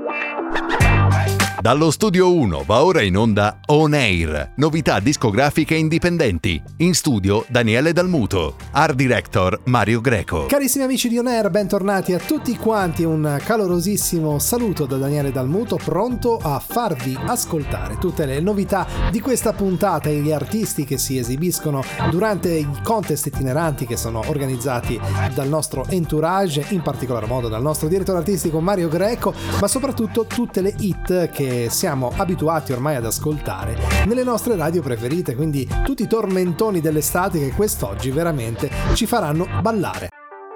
Dallo Studio 1 va ora in onda On Air, novità discografiche indipendenti. In studio Daniele Dalmuto, art director Mario Greco. Carissimi amici di On Air, bentornati a tutti quanti, un calorosissimo saluto da Daniele Dalmuto, pronto a farvi ascoltare tutte le novità di questa puntata e gli artisti che si esibiscono durante i contest itineranti che sono organizzati dal nostro entourage, in particolar modo dal nostro direttore artistico Mario Greco, ma soprattutto tutte le hit che siamo abituati ormai ad ascoltare nelle nostre radio preferite, quindi tutti i tormentoni dell'estate che quest'oggi veramente ci faranno ballare.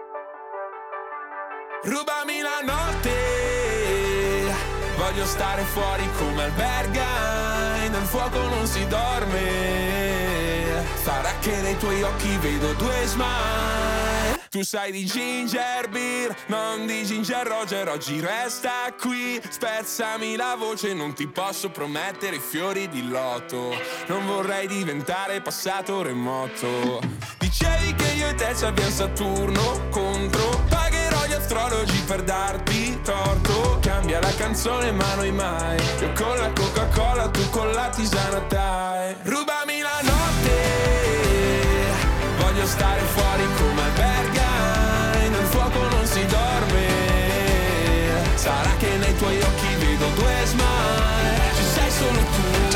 Rubami la notte, voglio stare fuori come albergai, nel fuoco non si dorme, sarà che nei tuoi occhi vedo due smile. Tu sai di ginger beer, non di ginger Roger, oggi resta qui, spezzami la voce, non ti posso promettere fiori di loto, non vorrei diventare passato remoto. Dicevi che io e te ci abbiamo Saturno contro, pagherò gli astrologi per darti torto, cambia la canzone ma noi mai, io con la Coca-Cola, tu con la tisana dai. Rubami la notte, voglio stare fuori come albergai, nel fuoco non si dorme, sarà che nei tuoi occhi vedo due smile, ci sei solo tu,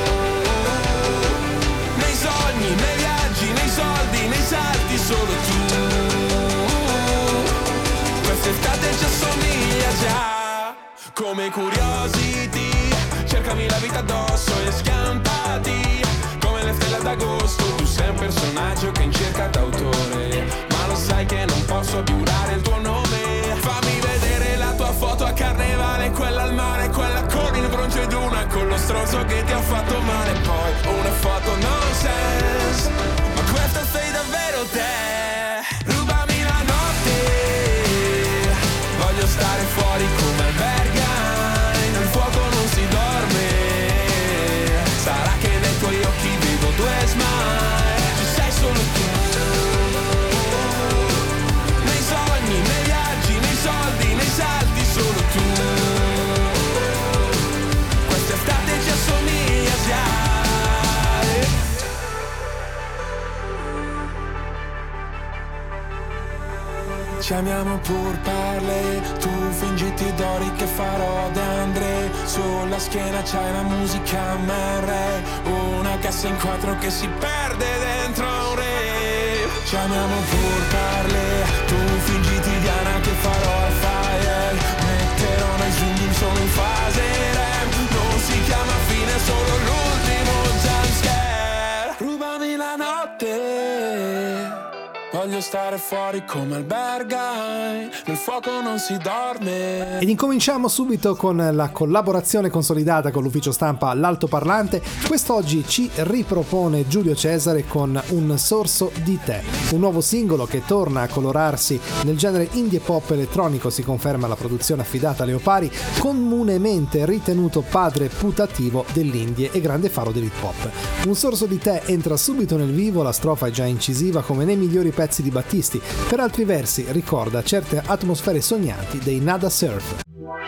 nei sogni, nei viaggi, nei soldi, nei salti solo tu, quest'estate ci assomiglia già, come Curiosity, cercami la vita addosso e schiantati, come le stelle d'agosto, tu sei un personaggio che è in cerca d'autore, ma lo sai che non posso abiurare il tuo nome, fammi vedere la tua foto a carnevale, quella al mare, quella con il bronzo ed una con lo stronzo che ti ha fatto male, poi una foto nonsense, ma questa sei davvero te, rubami la notte, voglio stare fuori come albergai, nel fuoco non si dorme, sarà che nei tuoi occhi vedo due smile, ci sei solo tu, nei sogni, nei viaggi, nei soldi, nei salti solo tu, quest'estate ci assomiglia già. Ci amiamo pur parle, tu fingiti d'ori che farò d'Andre, sulla schiena c'hai la musica MR, una cassa in quattro che si perde dentro un re. Ci amiamo pur parle, tu fingiti Diana che farò al fire, metterò nel zoom solo in fase REM, non si chiama fine, è solo l'ultimo jumpscare. Rubami la notte, voglio stare fuori come albergai, nel fuoco non si dorme. Ed incominciamo subito con la collaborazione consolidata con l'ufficio stampa L'Altoparlante. Quest'oggi ci ripropone Giulio Cesare con Un sorso di te, un nuovo singolo che torna a colorarsi nel genere indie pop elettronico. Si conferma la produzione affidata a Leo Pari, comunemente ritenuto padre putativo dell'indie e grande faro dell'hip hop. Un sorso di te entra subito nel vivo, la strofa è già incisiva come nei migliori pezzi di Battisti, per altri versi ricorda certe atmosfere sognanti dei Nada Surf.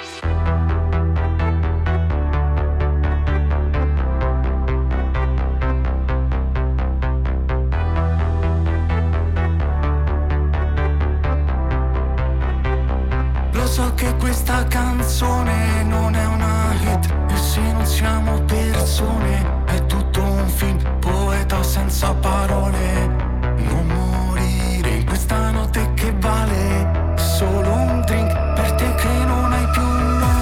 Lo so che questa canzone non è una hit, e se non siamo persone è tutto un film, poeta senza parole. Non morire in questa notte che vale solo un drink per te che non hai più un nome.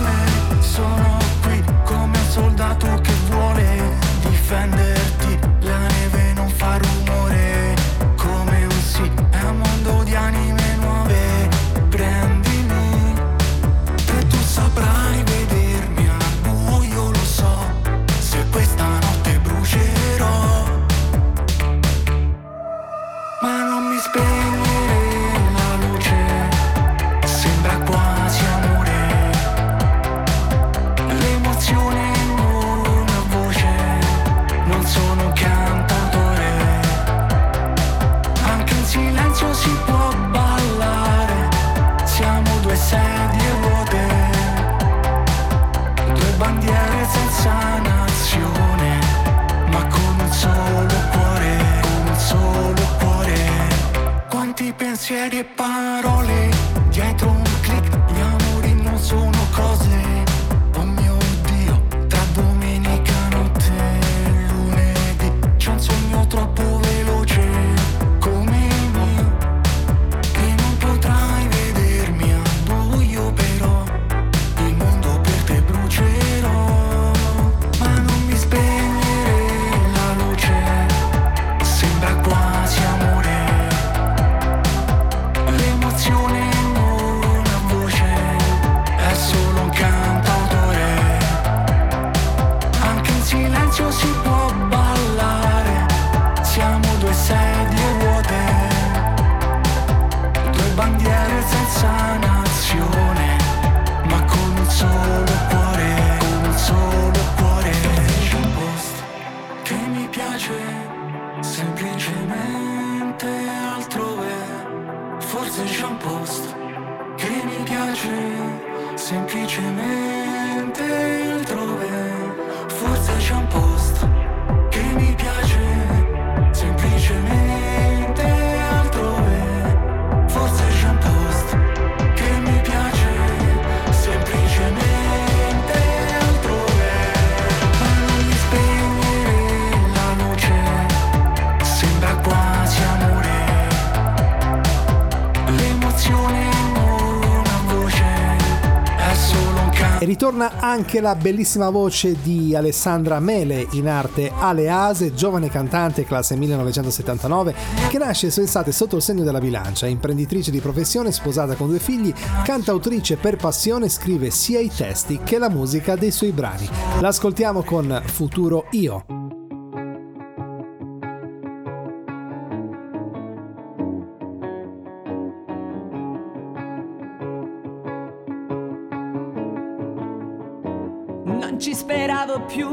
pensieri e parole, dietro un click, gli amori non sono cose. Oh mio Dio, tra domenica notte e lunedì c'è un sogno troppo veloce come il mio, che non potrai vedermi al buio, però il mondo per te brucerò, ma non mi spegnere la luce, sembra quasi amore. L'emozione non ha voce, è solo un cantautore. Anche in silenzio si può ballare, siamo due sedie vuote, due bandiere senza nazione, ma con un solo cuore, con un solo cuore. C'è un posto che mi piace, semplicemente altrove. Forse c'è un posto che mi piace, semplicemente altrove. Forse c'è un posto che mi piace, semplicemente altrove. Forse c'è un posto che mi piace, semplicemente altrove. Ma non mi spegnere la luce, sembra quasi amore. L'emozione non ha voce, è solo un canto. E ritorna anche la bellissima voce di Alessandra Mele, in arte Alease, giovane cantante classe 1979, che nasce sensata sotto il segno della bilancia, imprenditrice di professione, sposata con 2 figli, cantautrice per passione, scrive sia i testi che la musica dei suoi brani. L'ascoltiamo con Futuro Io. Non ci speravo più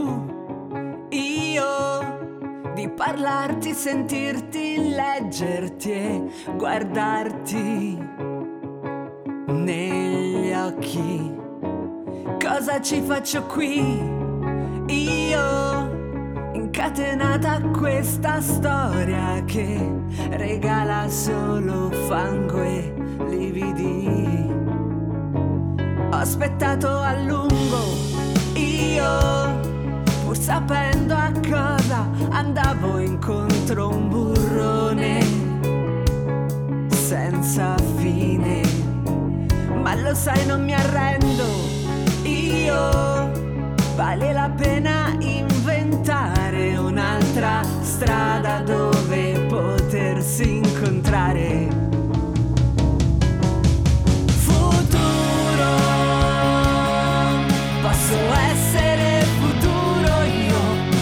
io di parlarti, sentirti, leggerti e guardarti negli occhi. Cosa ci faccio qui io, incatenata a questa storia che regala solo fango e lividi. Ho aspettato a lungo io, pur sapendo a cosa andavo incontro, un burrone senza fine. Ma lo sai, non mi arrendo io, vale la pena inventare un'altra strada dove potersi incontrare. Posso essere futuro io,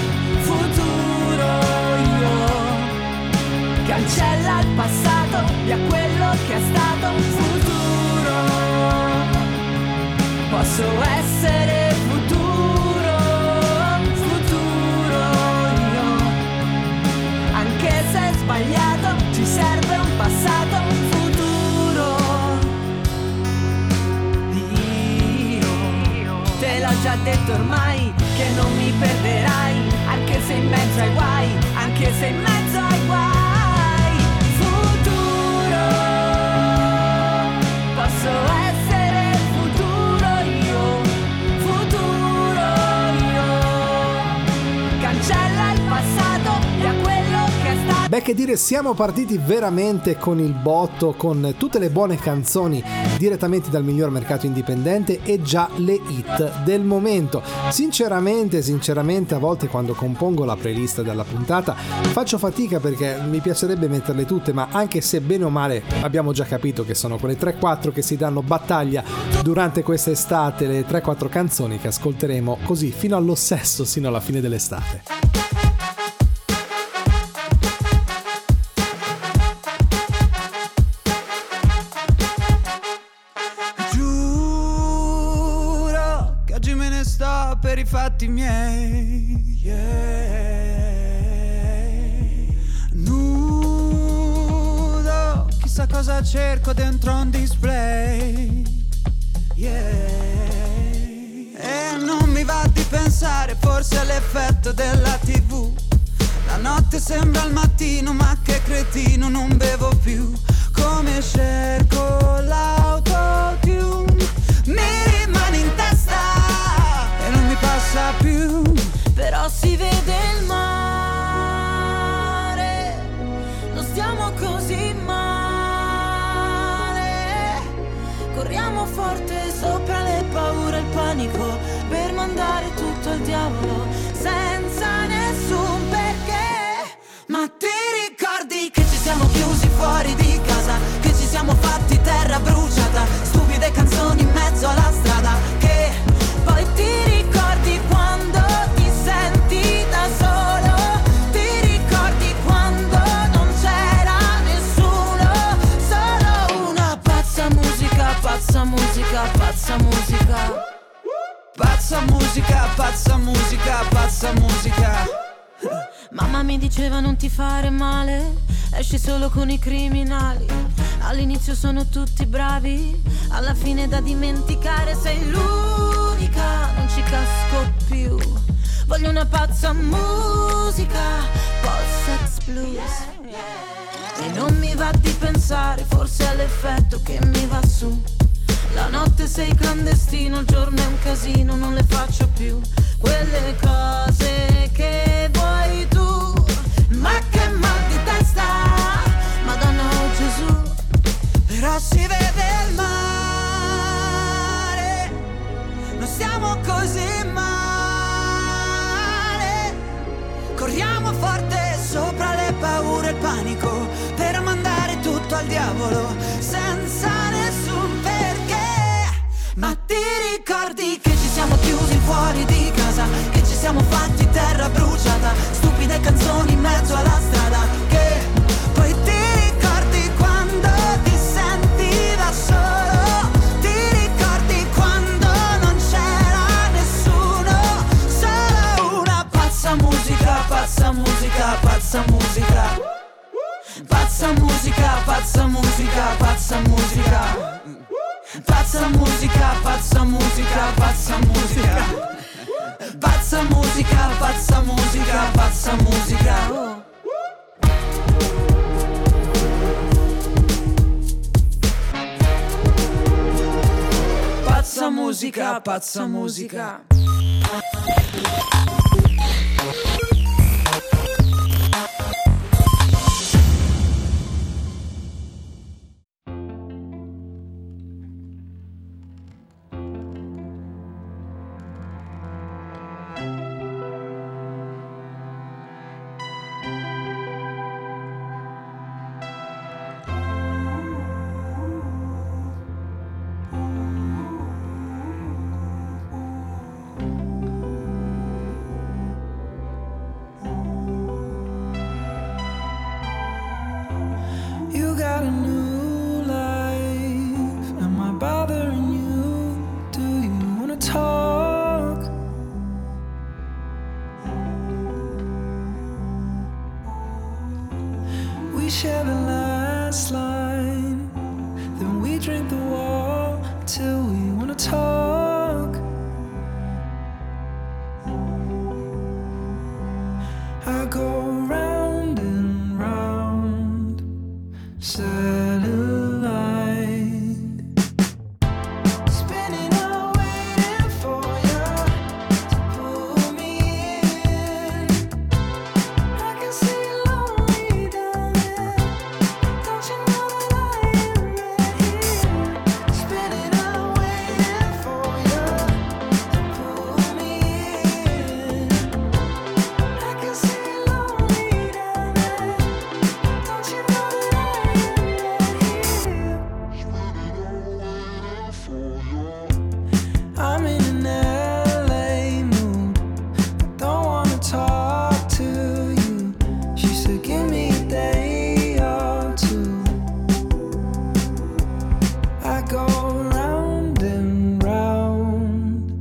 cancella il passato, via quello che è stato un futuro. Posso essere futuro io, anche se è sbagliato, ci serve un passato, un futuro. Te l'ho già detto ormai che non mi perderai, anche se in mezzo ai guai, anche se in mezzo ai guai. Futuro, posso essere futuro io, cancella il passato, via quello che è stato. Beh, che dire, siamo partiti veramente con il botto, con tutte le buone canzoni direttamente dal miglior mercato indipendente e già le hit del momento. Sinceramente a volte quando compongo la playlist della puntata faccio fatica perché mi piacerebbe metterle tutte, ma anche se bene o male abbiamo già capito che sono quelle 3-4 che si danno battaglia durante quest'estate, le 3-4 canzoni che ascolteremo così fino all'ossesso, sino alla fine dell'estate. Per i fatti miei, nudo, chissà cosa cerco dentro un display, e non mi va di pensare, forse è l'effetto della TV. La notte sembra il mattino, ma che cretino, non bevo più. come cerco l'autotune. Mi rimane in testa e non mi passa più. Però si vede il mare, non stiamo così male. Corriamo forte sopra le paure e il panico, per mandare tutto al diavolo senza nessun perché. Ma ti ricordi che ci siamo chiusi fuori di casa, che ci siamo fatti terra bruciata, stupide canzoni in mezzo alla strada, che poi ti ricordi quando ti senti da solo, ti ricordi quando non c'era nessuno, solo una pazza musica, pazza musica, pazza musica. Pazza musica, pazza musica, pazza musica. Mamma mi diceva non ti fare male, esci solo con i criminali. All'inizio sono tutti bravi, alla fine da dimenticare sei l'unica, non ci casco più. Voglio una pazza musica, post-sex blues. E non mi va di pensare, forse è l'effetto che mi va su. La notte sei clandestino, il giorno è un casino, non le faccio più quelle cose che vuoi tu. Ma che mal di testa, Madonna o Gesù. Però si vede il mare, non stiamo così male. Corriamo forte sopra le paure e il panico, per mandare tutto al diavolo senza nessun perché. Ma ti ricordi che ci siamo chiusi fuori di casa, che ci siamo fatti terra bruciata, stupide canzoni in mezzo alla strada, che poi ti ricordi quando ti senti da solo, ti ricordi quando non c'era nessuno, solo una pazza musica, pazza musica, pazza musica. Pazza musica, pazza musica, pazza musica. Pazza musica, pazza musica, pazza musica. Pazza musica, pazza musica, pazza musica. Pazza musica, pazza musica. Share the last line, then we drink the wall till we wanna talk. I go round and round, satellite, spinning out waiting for you to pull me in. I can see you lonely down there. Don't you know that I am right here? Spinning out waiting for you to pull me in. I can see you lonely down there. Don't you know that I am right here? I'm in an LA mood. I don't wanna talk to you. She said, give me a day or two. I go round and round,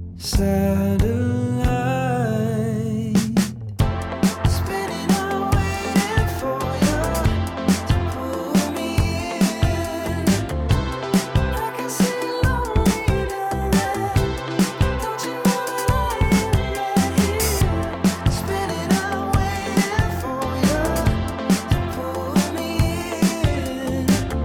satellite, spinning out waiting for you to pull me in. I can see you lonely down there. Don't you know that I am right here? Spinning out waiting for you to pull me in.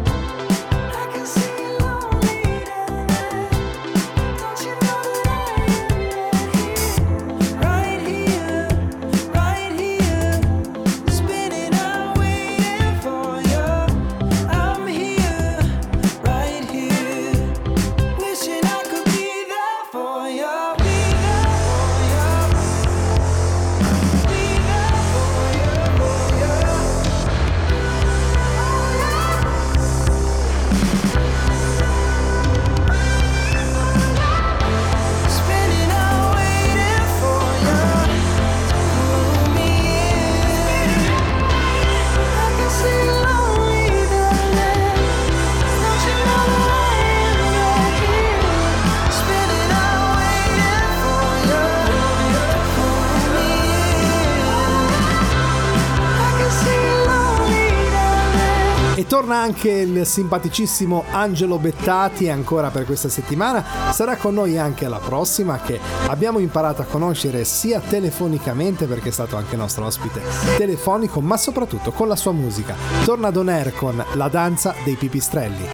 Torna anche il simpaticissimo Angelo Bettati ancora per questa settimana, sarà con noi anche la prossima, che abbiamo imparato a conoscere sia telefonicamente perché è stato anche nostro ospite telefonico, ma soprattutto con la sua musica. Torna Don Air con La danza dei pipistrelli.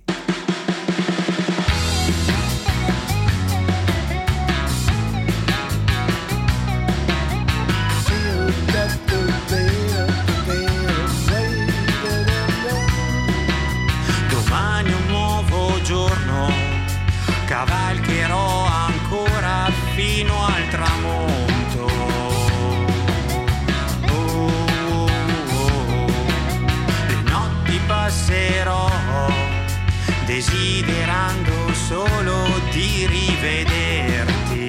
Domani un nuovo giorno, cavalcherò ancora fino al tramonto. Le notti passerò desiderando solo di rivederti.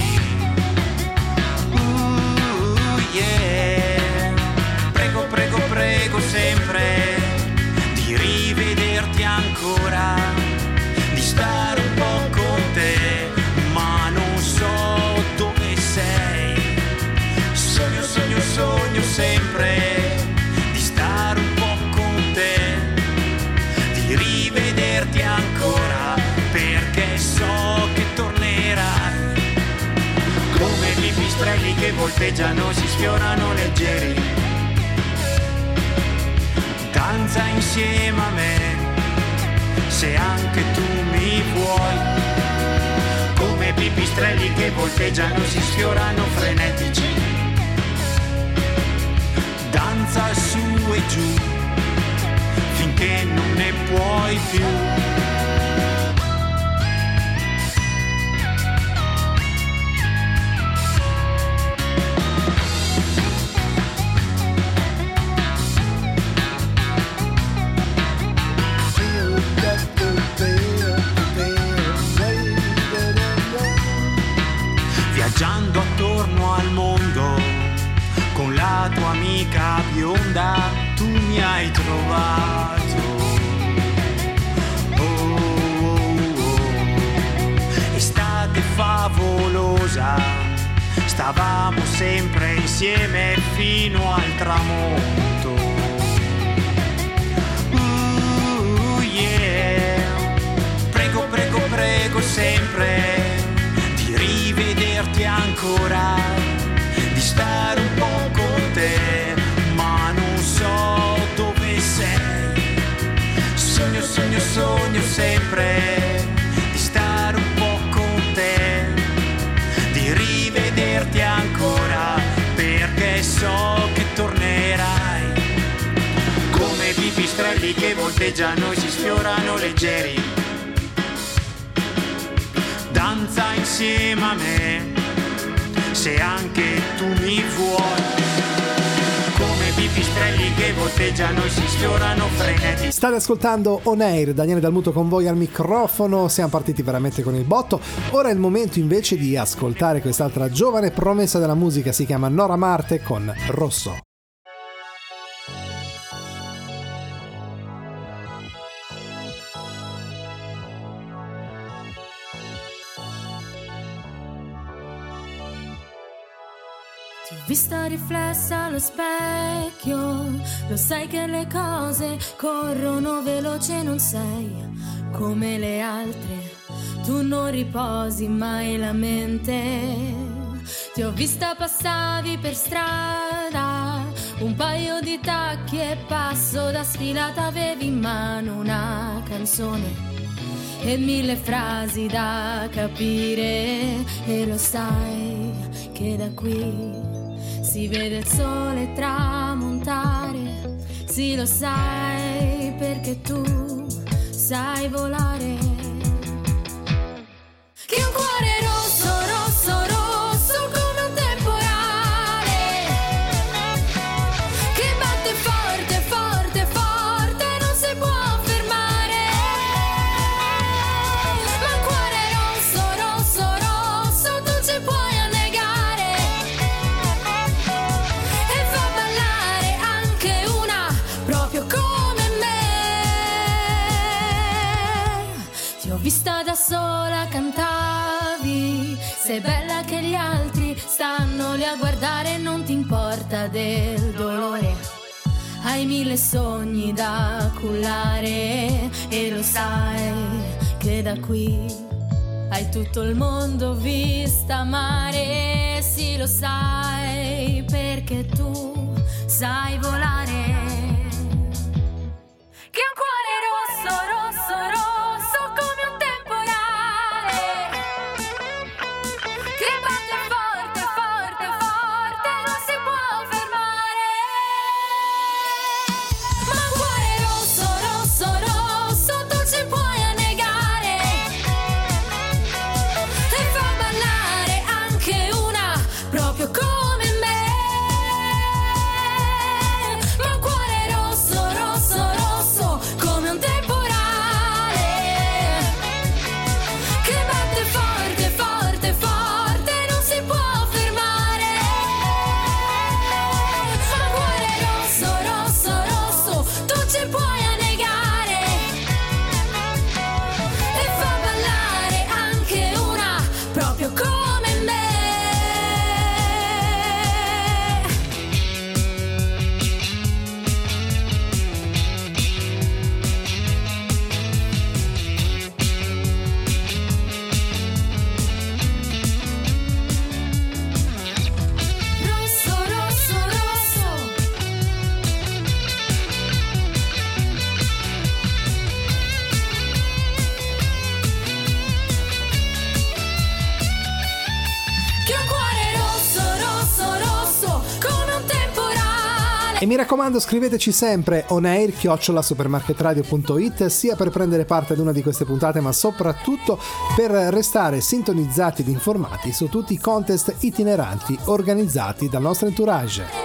Yeah. Prego, prego, prego sempre di rivederti ancora, di stare un po' con te, ma non so dove sei. Sogno, sogno, sogno sempre di stare un po' con te, di rivederti ancora, perché so che tornerai. Come pipistrelli che volteggiano, si sfiorano leggeri, danza insieme a me, se anche tu mi vuoi. Come pipistrelli che volteggiano, si sfiorano frenetici, danza su e giù, finché non ne puoi più. Viaggiando attorno al mondo con la tua amica bionda, tu mi hai trovato. Oh, oh, oh. Estate favolosa, stavamo sempre insieme fino al tramonto. Yeah. Prego, prego, prego sempre di rivederti ancora, di stare un po' con te, ma non so dove sei. Sogno, sogno, sogno sempre di stare un po' con te, di rivederti ancora, perché so che tornerai. Come pipistrelli che volteggiano e si sfiorano leggeri, danza insieme a me, se anche tu mi vuoi. Come pipistrelli che volteggiano e si sfiorano frenetici. State ascoltando On Air, Daniele Dalmuto con voi al microfono, siamo partiti veramente con il botto. Ora è il momento invece di ascoltare quest'altra giovane promessa della musica, si chiama Nora Marte con Rosso. Ti ho vista riflessa allo specchio, lo sai che le cose corrono veloce, non sei come le altre, tu non riposi mai la mente. Ti ho vista passavi per strada, un paio di tacchi e passo da sfilata, avevi in mano una canzone e 1000 frasi da capire, e lo sai che da qui si vede il sole tramontare. Sì, lo sai perché tu sai volare. Che un cuore rosso, rosso, rosso come un temporale, che batte forte, forte, forte, non si può fermare. Ma un cuore rosso, rosso, rosso, tu ci puoi annegare, e fa ballare anche una proprio come me. Ti ho vista da sola, cantavi, sei bella che gli altri stanno lì a guardare, non ti importa del dolore, Hai mille sogni da cullare e lo sai che da qui hai tutto il mondo vista mare. Sì, lo sai perché tu sai volare. Che un cuore rosso, rosso, rosso come un temporale, che batte forte, forte, forte, non si può fermare. Ma un cuore rosso, rosso, rosso tu ci puoi annegare e fa ballare anche una proprio come me. Ma un cuore rosso, rosso, rosso come un temporale, che batte forte, forte, forte, non si può fermare. Ma un cuore rosso, rosso, rosso tu ci puoi annegare e fa ballare anche una proprio come me. Rosso, rosso, rosso. Che un cuore rosso, rosso, rosso come un temporale. E mi raccomando, scriveteci sempre onair@supermarketradio.it, sia per prendere parte ad una di queste puntate, ma soprattutto per restare sintonizzati ed informati su tutti i contest itineranti organizzati dal nostro entourage.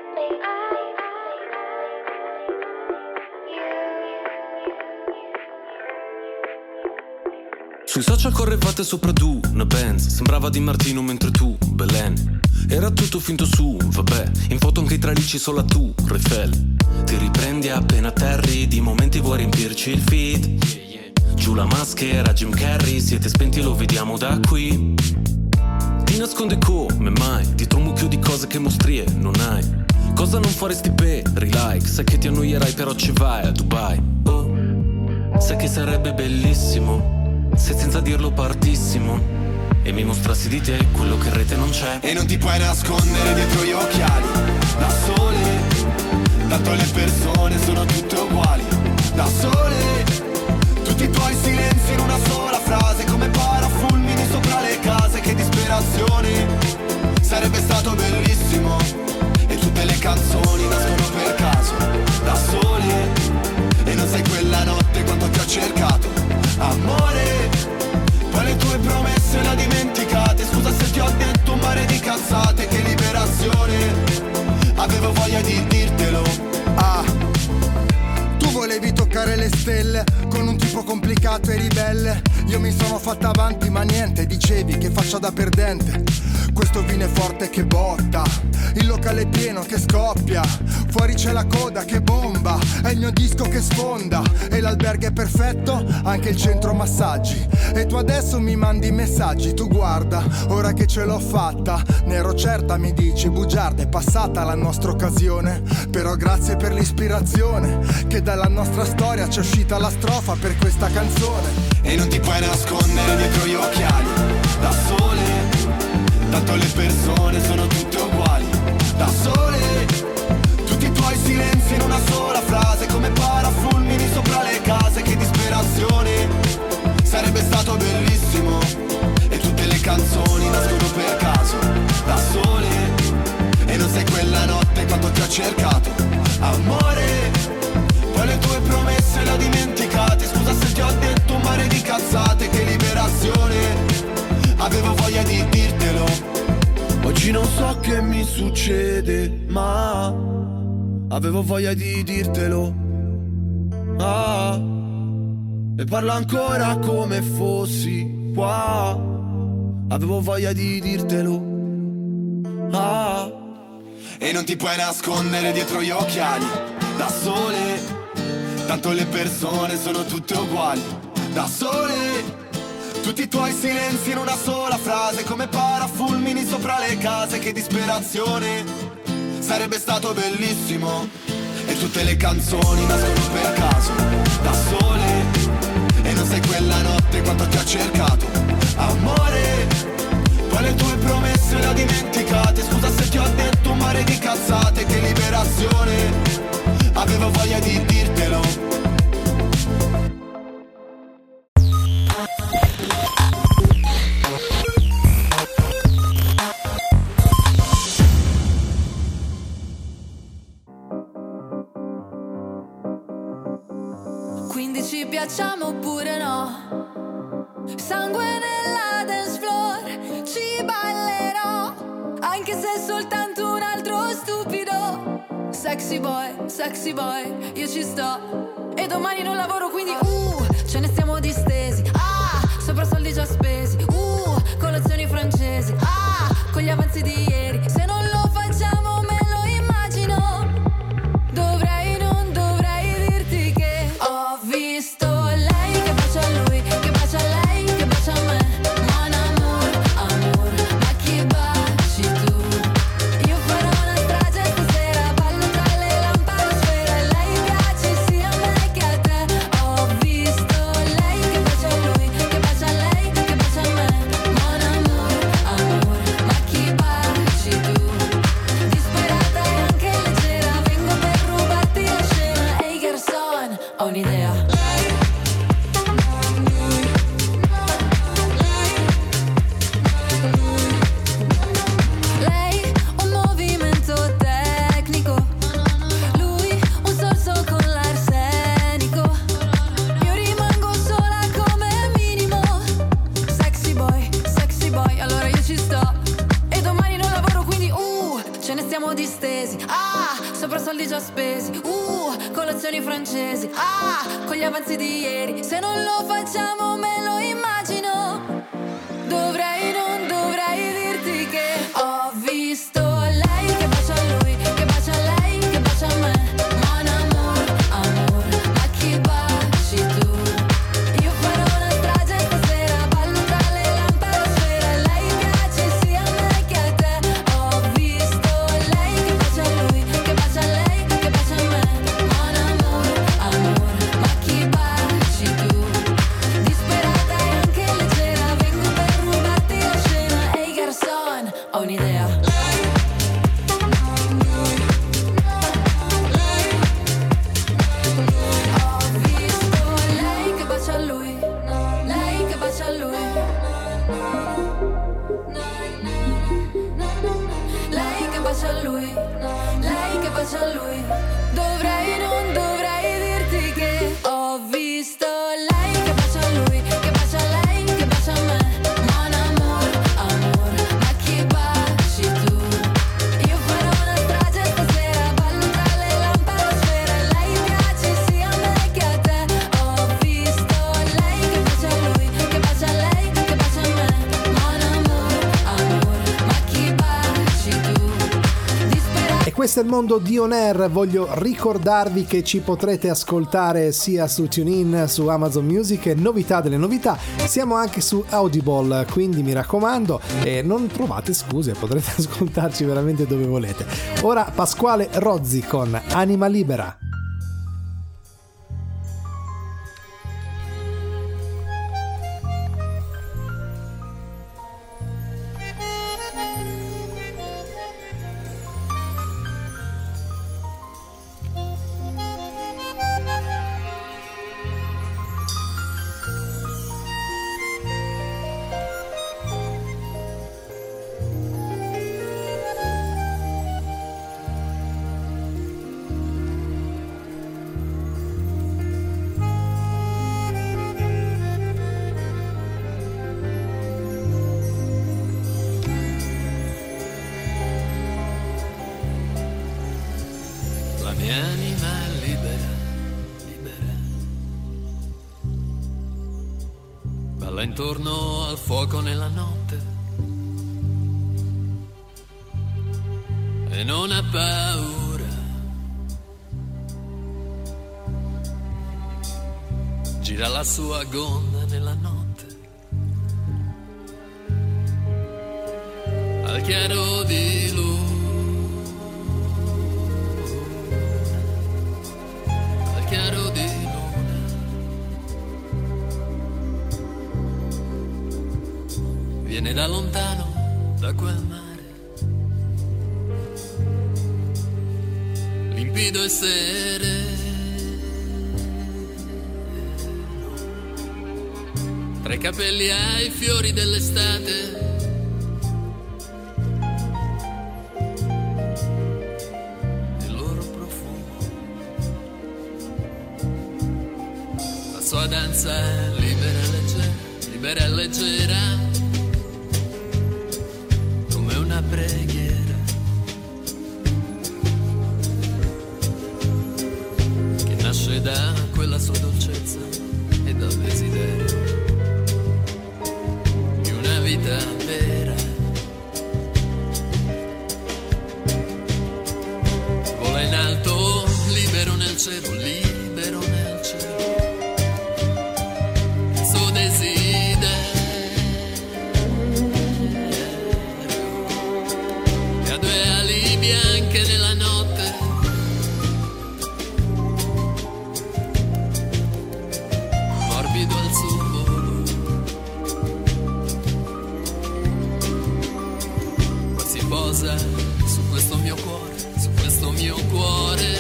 Sui social correvate sopra tu, una Benz, sembrava Di Martino mentre tu, Belen. Era tutto finto su, vabbè, in foto anche i tralicci solo a tu, Eiffel. Ti riprendi appena atterri, di momenti vuoi riempirci il feed. Giù la maschera, Jim Carrey, siete spenti, lo vediamo da qui. Ti nasconde come mai, dietro un mucchio di cose che mostrie non hai. Cosa non faresti per like, sai che ti annoierai però ci vai a Dubai. Oh, sai che sarebbe bellissimo se senza dirlo partissimo e mi mostrassi di te quello che in rete non c'è. E non ti puoi nascondere dietro gli occhiali da sole, tanto le persone sono tutte uguali. Da sole, tutti i tuoi silenzi in una sola frase, come parafulmini sopra le case. Che disperazione, sarebbe stato bellissimo. E tutte le canzoni nascono per caso, da sole. E non sai quella notte quanto ti ho cercato, amore. Poi le tue promesse le ho dimenticate. Scusa se ti ho detto un mare di cazzate. Che liberazione, avevo voglia di dirtelo. Ah, tu volevi toccare le stelle con un tipo complicato e ribelle. Io mi sono fatta avanti ma niente, dicevi che faccia da perdente. Questo vino è forte che botta, il locale è pieno che scoppia, fuori c'è la coda che bomba, è il mio disco che sfonda. E l'albergo è perfetto, anche il centro massaggi. E tu adesso mi mandi messaggi, tu guarda, ora che ce l'ho fatta. Ne ero certa, mi dici, bugiarda, è passata la nostra occasione. Però grazie per l'ispirazione, che dalla nostra storia c'è uscita la strofa per questa canzone. E non ti puoi nascondere dietro gli occhiali, da sole. Tanto le persone sono tutte uguali, da sole. Tutti i tuoi silenzi in una sola frase, come parafulmini sopra le case. Che disperazione, sarebbe stato bellissimo. E tutte le canzoni nascono per caso, da sole. E non sai quella notte quanto ti ho cercato, amore. Poi le tue promesse le ho dimenticate. Scusa se ti ho detto un mare di cazzate. Che liberazione, avevo voglia di dirtelo. Oggi non so che mi succede, ma avevo voglia di dirtelo. Ah, e parlo ancora come fossi qua. Avevo voglia di dirtelo. Ah, e non ti puoi nascondere dietro gli occhiali, da sole. Tanto le persone sono tutte uguali, da sole. Tutti i tuoi silenzi in una sola frase, come parafulmini sopra le case. Che disperazione, sarebbe stato bellissimo. E tutte le canzoni nascono per caso, da sole, e non sai quella notte quanto ti ha cercato, amore. Poi le tue promesse le ho dimenticate, scusa se ti ho detto un mare di cazzate, che liberazione, avevo voglia di dirtelo. Quindi ci piacciamo oppure no? Sangue nella dance floor, ci ballerò, anche se è soltanto un altro stupido. Sexy boy, io ci sto. E domani non lavoro quindi ce ne stiamo distesi. Sopra soldi già spesi. Colazioni francesi. Con gli avanzi di ieri. Se non lo facciamo me lo immagino. Non dovrei dirti che ho visto lei che bacia a lui, che bacia a lei, che bacia a me. Mon amour, ma chi baci tu? Io farò una strage stasera, ballo tra le lampadosfere. Lei piace sia a me che a te. Ho visto lei che bacia a lui, che bacia a lei, che bacia a me. Mon amour, ma chi baci tu? Disperata e anche leggera, vengo per rubarti la scena. Ehi garçon, ho un'idea. Lei un movimento tecnico, lui un sorso con l'arsenico. Io rimango sola come minimo. Sexy boy, allora io ci sto. E domani non lavoro quindi ce ne stiamo distesi. Sopra soldi già spesi. Colazioni francesi. Con gli avanzi di ieri. Se non lo facciamo me lo immagino. Non dovrei dirti che ho visto lei che bacia a lui, che bacia a lei, che bacia a me. Mon amour, ma chi baci tu? Io farò una strage stasera, ballo tra le lampadosfere. Lei piace sia a me che a te. Ho visto lei che bacia a lui, che bacia a lei, che bacia a me. Mon amour, ma chi baci tu? Disperata e anche leggera, vengo per rubarti la scena. Ehi garçon, ho un'idea. Ho visto lei che bacia a lui, lei che bacia a lui. Lei che bacia a lui, lei che bacia a lui. Non dovrei dirti che ho visto lei che bacia a lui, che bacia a lei, che bacia a me. Mon amour, ma chi baci tu? Io farò una strage stasera, ballo tra le lampadosfere. Lei piace sia a me che a te. Ho visto lei che bacia a lui, che bacia a lei, che bacia a me. Mon amour, ma chi baci tu? E questo è il mondo di On Air. Voglio ricordarvi che ci potrete ascoltare sia su TuneIn, su Amazon Music e novità delle novità. Siamo anche su Audible, quindi mi raccomando, non trovate scuse, potrete ascoltarci veramente dove volete. Ora Pasquale Rozzi con Anima Libera. La mia anima è libera, libera. Balla intorno al fuoco nella notte e non ha paura. Gira la sua gonna nella notte al chiaro di luna. viene da lontano, da quel mare limpido e sereno, tra i capelli ai fiori dell'estate. Il loro profumo, la sua danza libera e leggera, come una preghiera che nasce da quella sua dolcezza e dal desiderio di una vita vera. Vola in alto, libero nel cielo, libero nel cielo. Il suo desiderio che ha due ali bianche nella notte, morbido al suo volo. Poi si posa su questo mio cuore,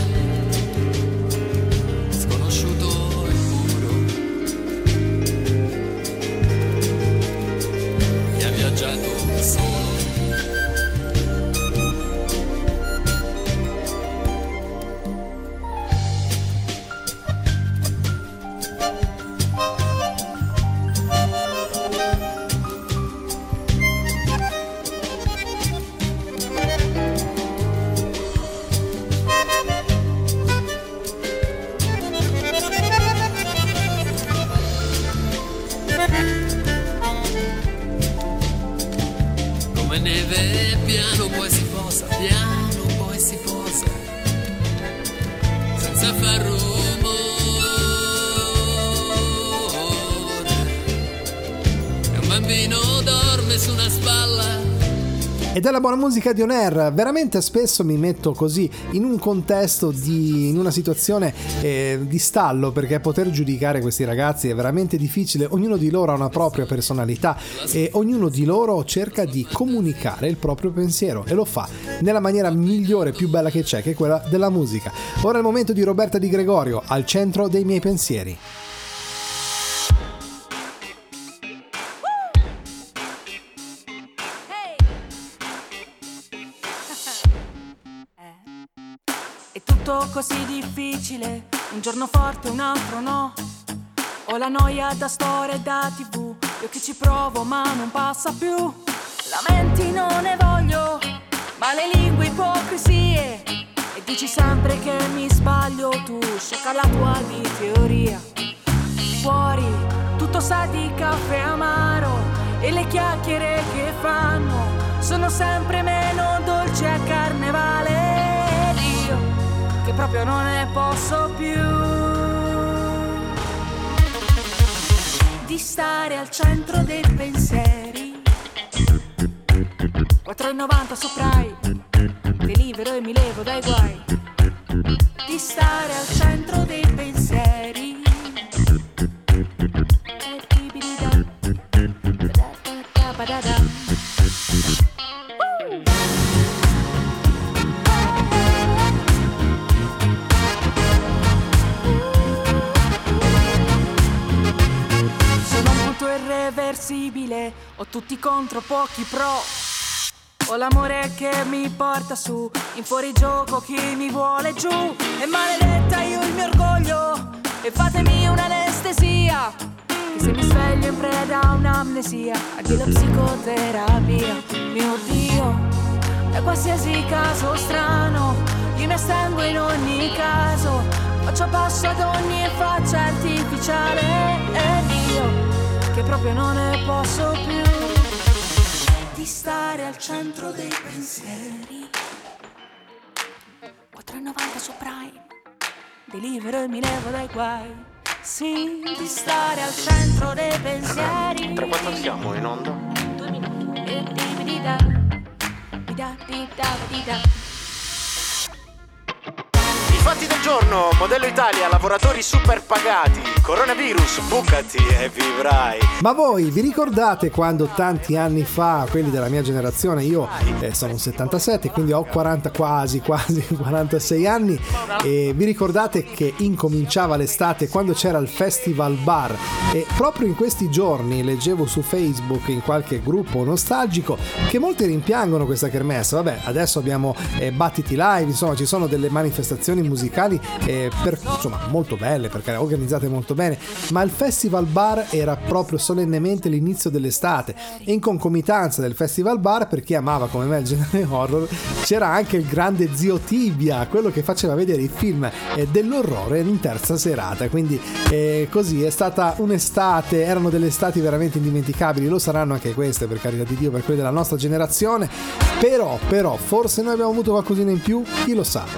sconosciuto e puro, che ha viaggiato solo. Come neve piano poi si posa, senza far rumore. E un bambino dorme su una spalla. Ed è la buona musica di On Air. Veramente spesso mi metto così in un contesto in una situazione di stallo, perché poter giudicare questi ragazzi è veramente difficile. Ognuno di loro ha una propria personalità e ognuno di loro cerca di comunicare il proprio pensiero, e lo fa nella maniera migliore, più bella che c'è, che è quella della musica. Ora è il momento di Roberta Di Gregorio, Al centro dei miei pensieri. È tutto così difficile, un giorno forte, un altro no. Ho la noia da storie e da TV, io che ci provo ma non passa più. Lamenti non ne voglio, ma le lingue ipocrisie. E dici sempre che mi sbaglio, tu sciocca la tua di teoria. Fuori tutto sa di caffè amaro, e le chiacchiere che fanno sono sempre meno dolci a carnevale. Ed io che proprio non ne posso più di stare al centro dei pensieri. 4,90 su Prime, delivero e mi levo dai guai. Di stare al centro dei pensieri. Irreversibile, ho tutti contro, pochi pro. Ho l'amore che mi porta su, in fuorigioco chi mi vuole giù. E maledetta io il mio orgoglio, e fatemi un'anestesia, che se mi sveglio in preda a un'amnesia, addio la psicoterapia. Mio Dio, da qualsiasi caso strano io mi astengo in ogni caso, faccio passo ad ogni faccia artificiale. Ed io che proprio non ne posso più di stare al centro dei pensieri. 4,90 su Prime, delivero e mi levo dai guai. Sì, di stare al centro dei pensieri. Tra quanto siamo in onda? 2 minuti. I fatti del Buongiorno, Modello Italia, lavoratori super pagati. Coronavirus, bucati e vivrai. Ma voi vi ricordate quando tanti anni fa, quelli della mia generazione, io sono un 77, quindi ho 40 quasi 46 anni, e vi ricordate che incominciava l'estate quando c'era il Festival Bar, e proprio in questi giorni leggevo su Facebook, in qualche gruppo nostalgico, che molti rimpiangono questa kermesse. Vabbè, adesso abbiamo battiti live, insomma ci sono delle manifestazioni musicali insomma molto belle, perché organizzate molto bene, ma il Festival Bar era proprio solennemente l'inizio dell'estate, e in concomitanza del Festival Bar, per chi amava come me il genere horror, c'era anche il grande Zio Tibia, quello che faceva vedere i film dell'orrore in terza serata. Quindi così è stata un'estate, erano delle estati veramente indimenticabili, lo saranno anche queste, per carità di Dio, per quelli della nostra generazione, però forse noi abbiamo avuto qualcosina in più, chi lo sa.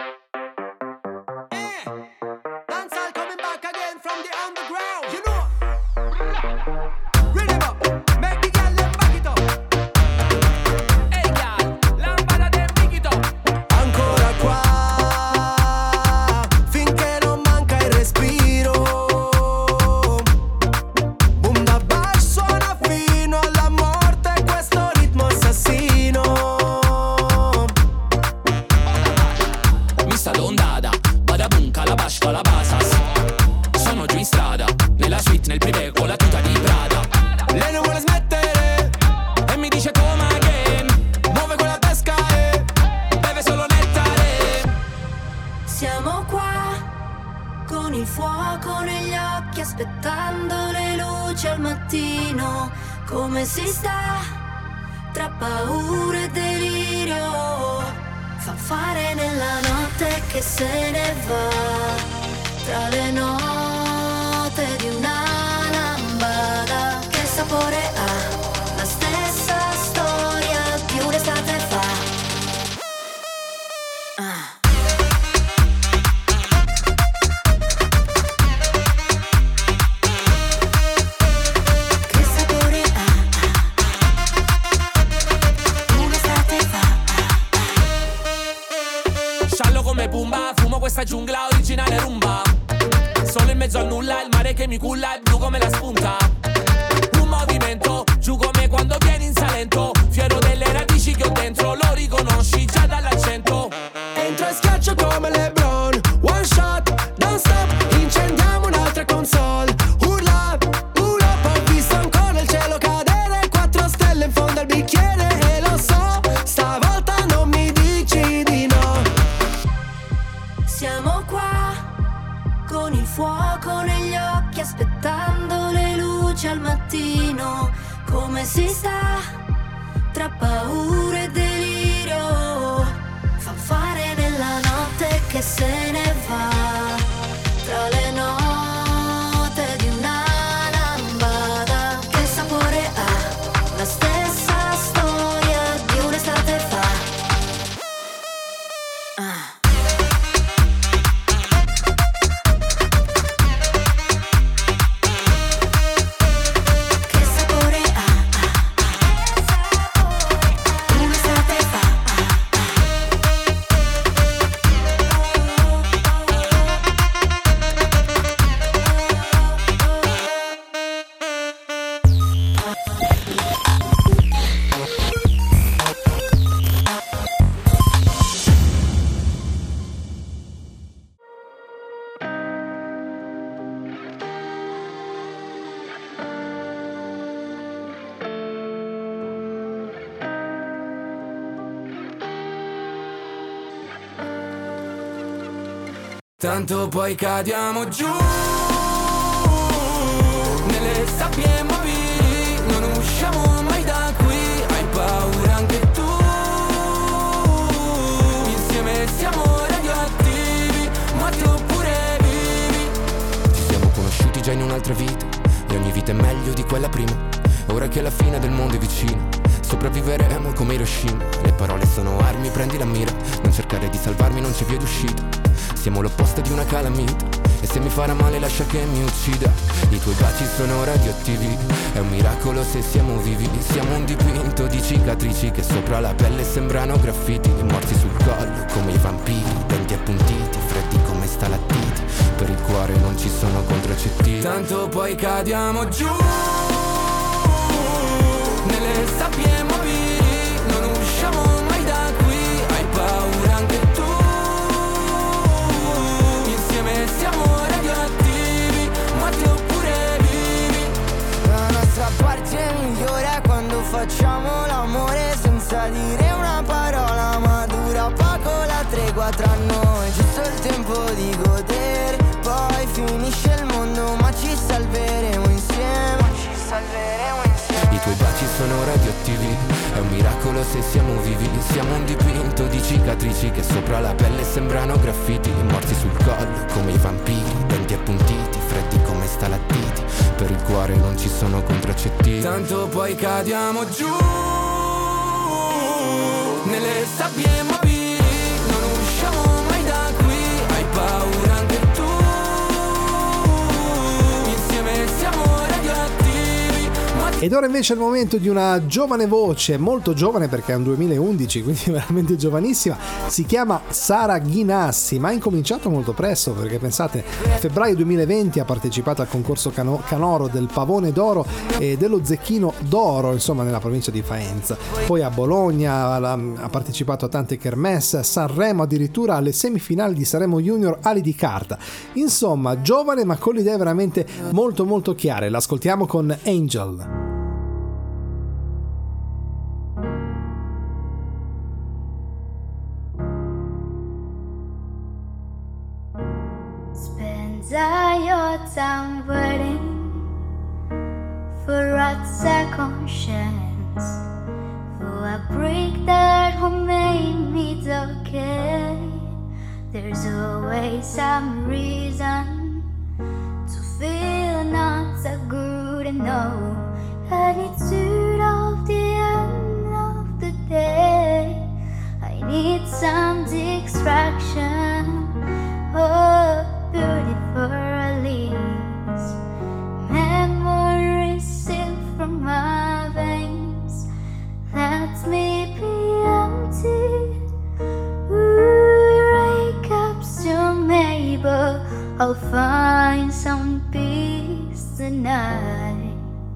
Come si sta tra paura e delirio, fa fare nella notte che se ne va, tra le note di una lambada. Che sapore ha la stessa storia di un'estate fa. Questa giungla originale rumba, solo in mezzo al nulla, il mare che mi culla è blu come la spunta. Un movimento, giù come quando vieni in Salento, fiero delle radici che ho dentro, lo riconosci già dall'accento. Entro e schiaccio come LeBron, one shot, non stop, incendiamo un'altra console. Urla, urla, ho visto ancora il cielo cadere, 4 stelle in fondo al bicchiere, e lo so, stavolta non mi dici di no. Siamo qua, con il fuoco negli occhi, aspettando le luci al mattino. Come si sta, tra paura e delirio, fa fare nella notte che se ne va, tra le note di una lambada. Che sapore ha la stessa storia di un'estate fa. Tanto poi cadiamo giù nelle sabbie mobili, non usciamo mai da qui. Hai paura anche tu, insieme siamo radioattivi, morti oppure vivi. Ci siamo conosciuti già in un'altra vita, e ogni vita è meglio di quella prima. Ora che la fine del mondo è vicina, sopravviveremo come Hiroshima. Le parole sono armi, prendi la mira, non cercare di salvarmi, non c'è via d'uscita. Siamo l'opposto di una calamita, e se mi farà male lascia che mi uccida. I tuoi baci sono radioattivi, è un miracolo se siamo vivi. Siamo un dipinto di cicatrici che sopra la pelle sembrano graffiti. Morti sul collo come i vampiri, denti appuntiti, freddi come stalattiti. Per il cuore non ci sono contraccettivi. Tanto poi cadiamo giù nelle sabbie mobili, non usciamo mai da qui. Hai paura anche tu, insieme siamo radioattivi, morti oppure vivi. La nostra parte migliore è quando facciamo l'amore senza dire una parola, ma dura poco la tregua tra noi. Giusto il tempo di godere, poi finisce il mondo, ma ci salveremo insieme. I tuoi baci sono radioattivi, è un miracolo se siamo vivi. Siamo un dipinto di cicatrici che sopra la pelle sembrano graffiti. Morti sul collo come i vampiri, denti appuntiti, freddi come stalattiti. Per il cuore non ci sono contraccettivi. Tanto poi cadiamo giù nelle sabbie mobili, non usciamo mai da qui. Hai paura anche tu, insieme siamo radioattivi. Ed ora invece è il momento di una giovane voce, molto giovane perché è un 2011, quindi veramente giovanissima. Si chiama Sara Ghinassi, ma ha incominciato molto presto, perché pensate, a febbraio 2020 ha partecipato al concorso canoro del Pavone d'Oro e dello Zecchino d'Oro, insomma, nella provincia di Faenza. Poi a Bologna ha partecipato a tante kermesse, a Sanremo addirittura alle semifinali di Sanremo Junior Ali di Carta. Insomma, giovane ma con le idee veramente molto molto chiare. L'ascoltiamo con Angel. Spend your time waiting for a second chance, for a break that will make me okay. There's always some reason to feel not so good and no attitude of the end of the day. I need some distraction. Oh, beautiful release, memories sip from my veins. Let me be empty. Wake up soon, maybe I'll find some peace tonight.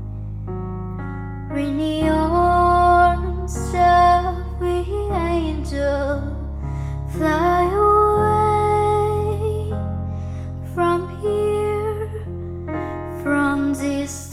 Renew your softly, angel, fly away from here, from this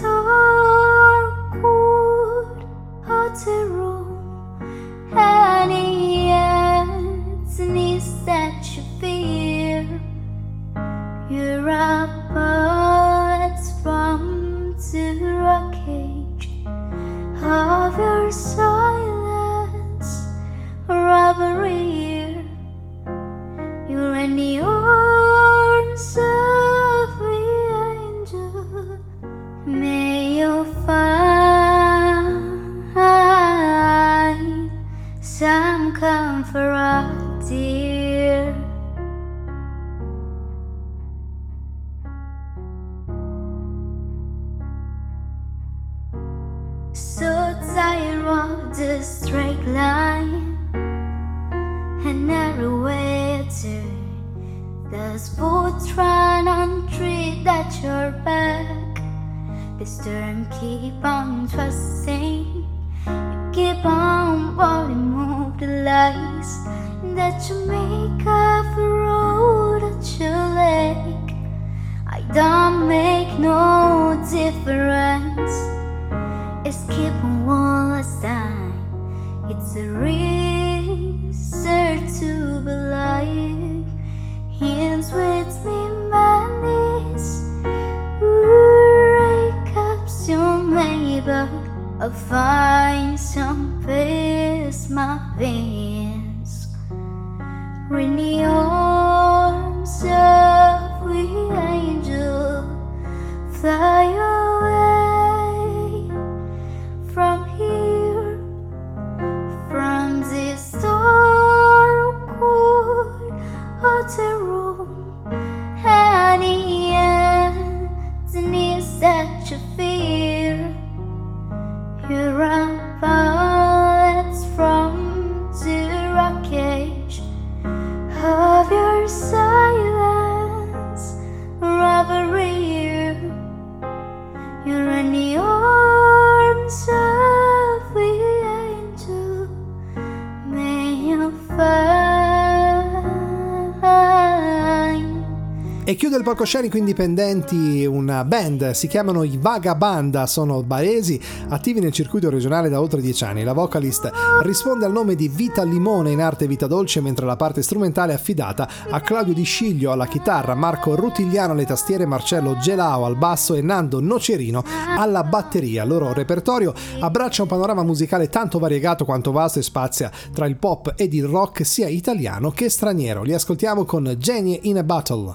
dark hotel room. Any emptiness that you fear, you're apart from the wreckage of your silence, robbery. You're in the arms of the angel. May you find some comfort, dear. So tired of the straight line and narrow way to the sports run on treat at your back. This turn keep on trusting, you keep on body move the lies that you make of the road at your leg. I don't make no difference. It's keep on one last time. It's a reason to believe. Hands with me, madness. Wake up soon, maybe I'll find some peace, my veins. Renew arms of the angel, fly away from here, from this dark hotel room. E chiude il palcoscenico indipendenti una band, si chiamano i Vagabanda, sono baresi, attivi nel circuito regionale da oltre 10 anni. La vocalist risponde al nome di Vita Limone, in arte Vita Dolce, mentre la parte strumentale è affidata a Claudio Di Sciglio alla chitarra, Marco Rutigliano alle tastiere, Marcello Gelao al basso e Nando Nocerino alla batteria. Il loro repertorio abbraccia un panorama musicale tanto variegato quanto vasto e spazia tra il pop ed il rock sia italiano che straniero. Li ascoltiamo con Genie in a Bottle.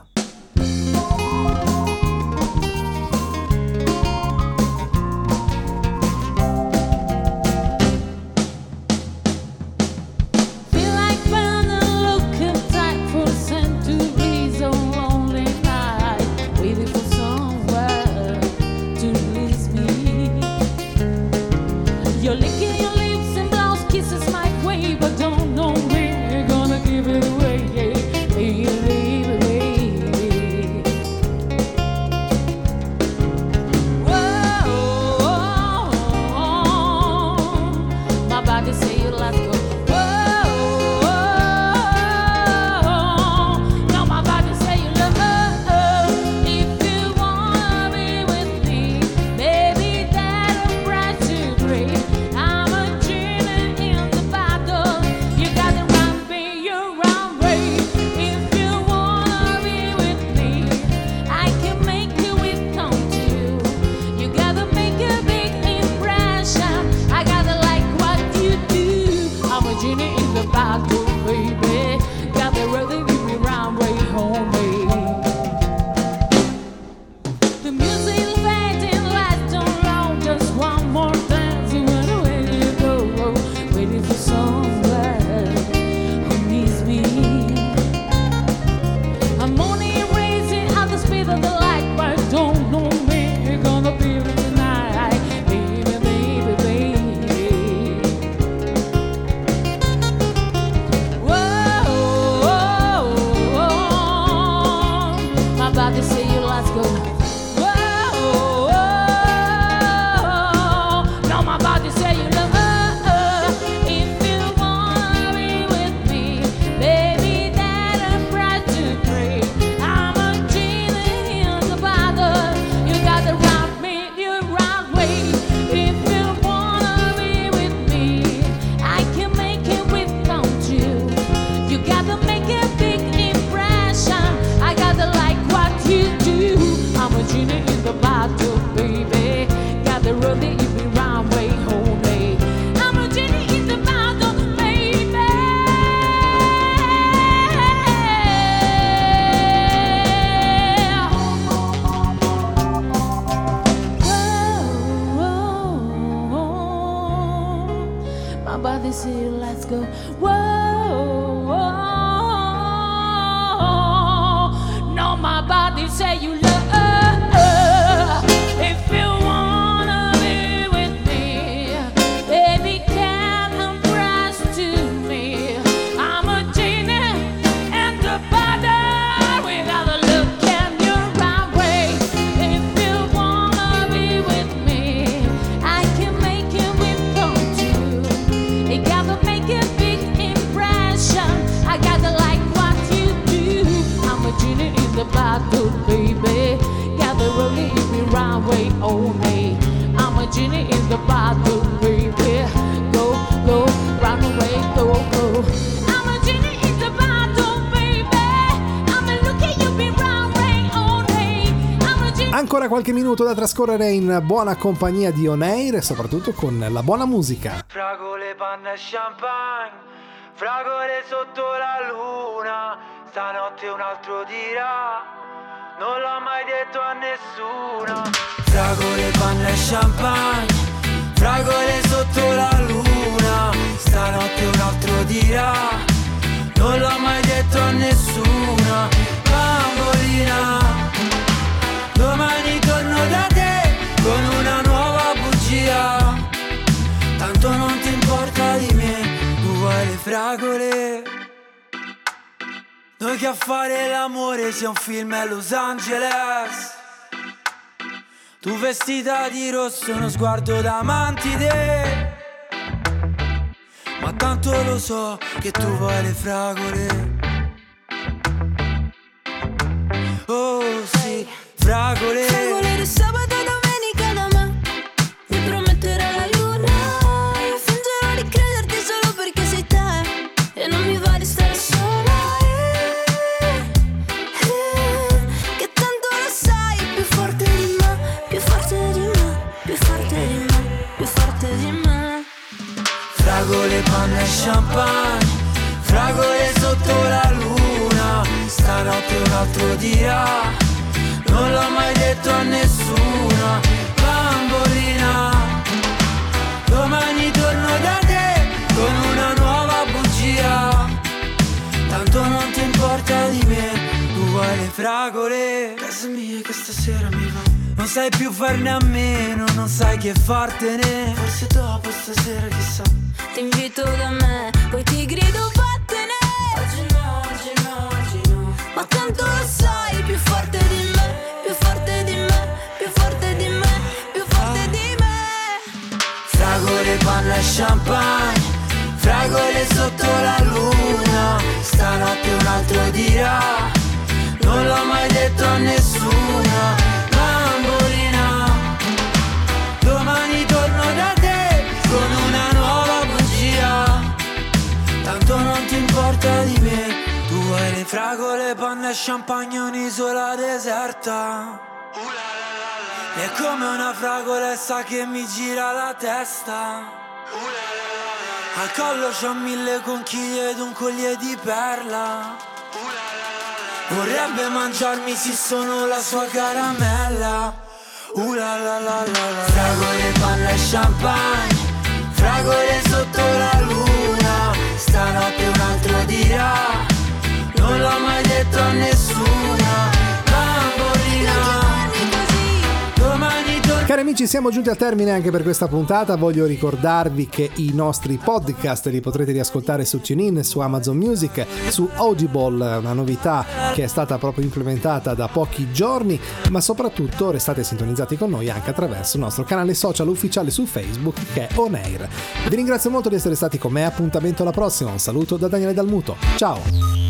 Ancora qualche minuto da trascorrere in buona compagnia di On Air e soprattutto con la buona musica. Fragole, panna e champagne, fragole sotto la luna, stanotte un altro dirà, non l'ho mai detto a nessuno. Fragole, panna e champagne, fragole sotto la luna, stanotte un altro dirà, non l'ho mai detto a nessuno. Bambolina, domani torno da te con una nuova bugia, tanto non ti importa di me, tu vuoi le fragole. Noi che a fare l'amore sia un film a Los Angeles, tu vestita di rosso, uno sguardo da mantide, ma tanto lo so che tu vuoi le fragole. Oh, e champagne, fragole sotto la luna. Stanotte un altro dirà, non l'ho mai detto a nessuna. Bambolina, domani torno da te con una nuova bugia. Tanto non ti importa di me, tu vuoi le fragole. Casa mia che stasera mi va. Non sai più farne a meno, non sai che fartene. Forse dopo stasera chissà. Ti invito da me, poi ti grido vattene. Oggi no, oggi no, oggi no. Ma tanto lo sai, più forte di me, più forte di me, più forte di me, più forte di me. Fragole, panna e champagne, fragole sotto la luna. Stanotte un altro dirà, non l'ho mai detto a nessuna. Bambolina, domani torno da te con una nuova bugia. Tanto non ti importa di me, tu hai le fragole, panna e champagne, un'isola deserta. È come una fragolessa che mi gira la testa. Al collo c'ho 1000 conchiglie ed un collier di perla. Vorrebbe mangiarmi se sono la sua caramella. La la la la la. Fragole, panna e champagne, fragole sotto la luna. Stanotte un altro dirà, non l'ho mai detto a nessuna. Bambolina, domani torno. Cari amici, siamo giunti al termine anche per questa puntata. Voglio ricordarvi che i nostri podcast li potrete riascoltare su TuneIn, su Amazon Music, su Audible, una novità che è stata proprio implementata da pochi giorni, ma soprattutto restate sintonizzati con noi anche attraverso il nostro canale social ufficiale su Facebook che è On Air. Vi ringrazio molto di essere stati con me, appuntamento alla prossima, un saluto da Daniele Dal Muto, ciao!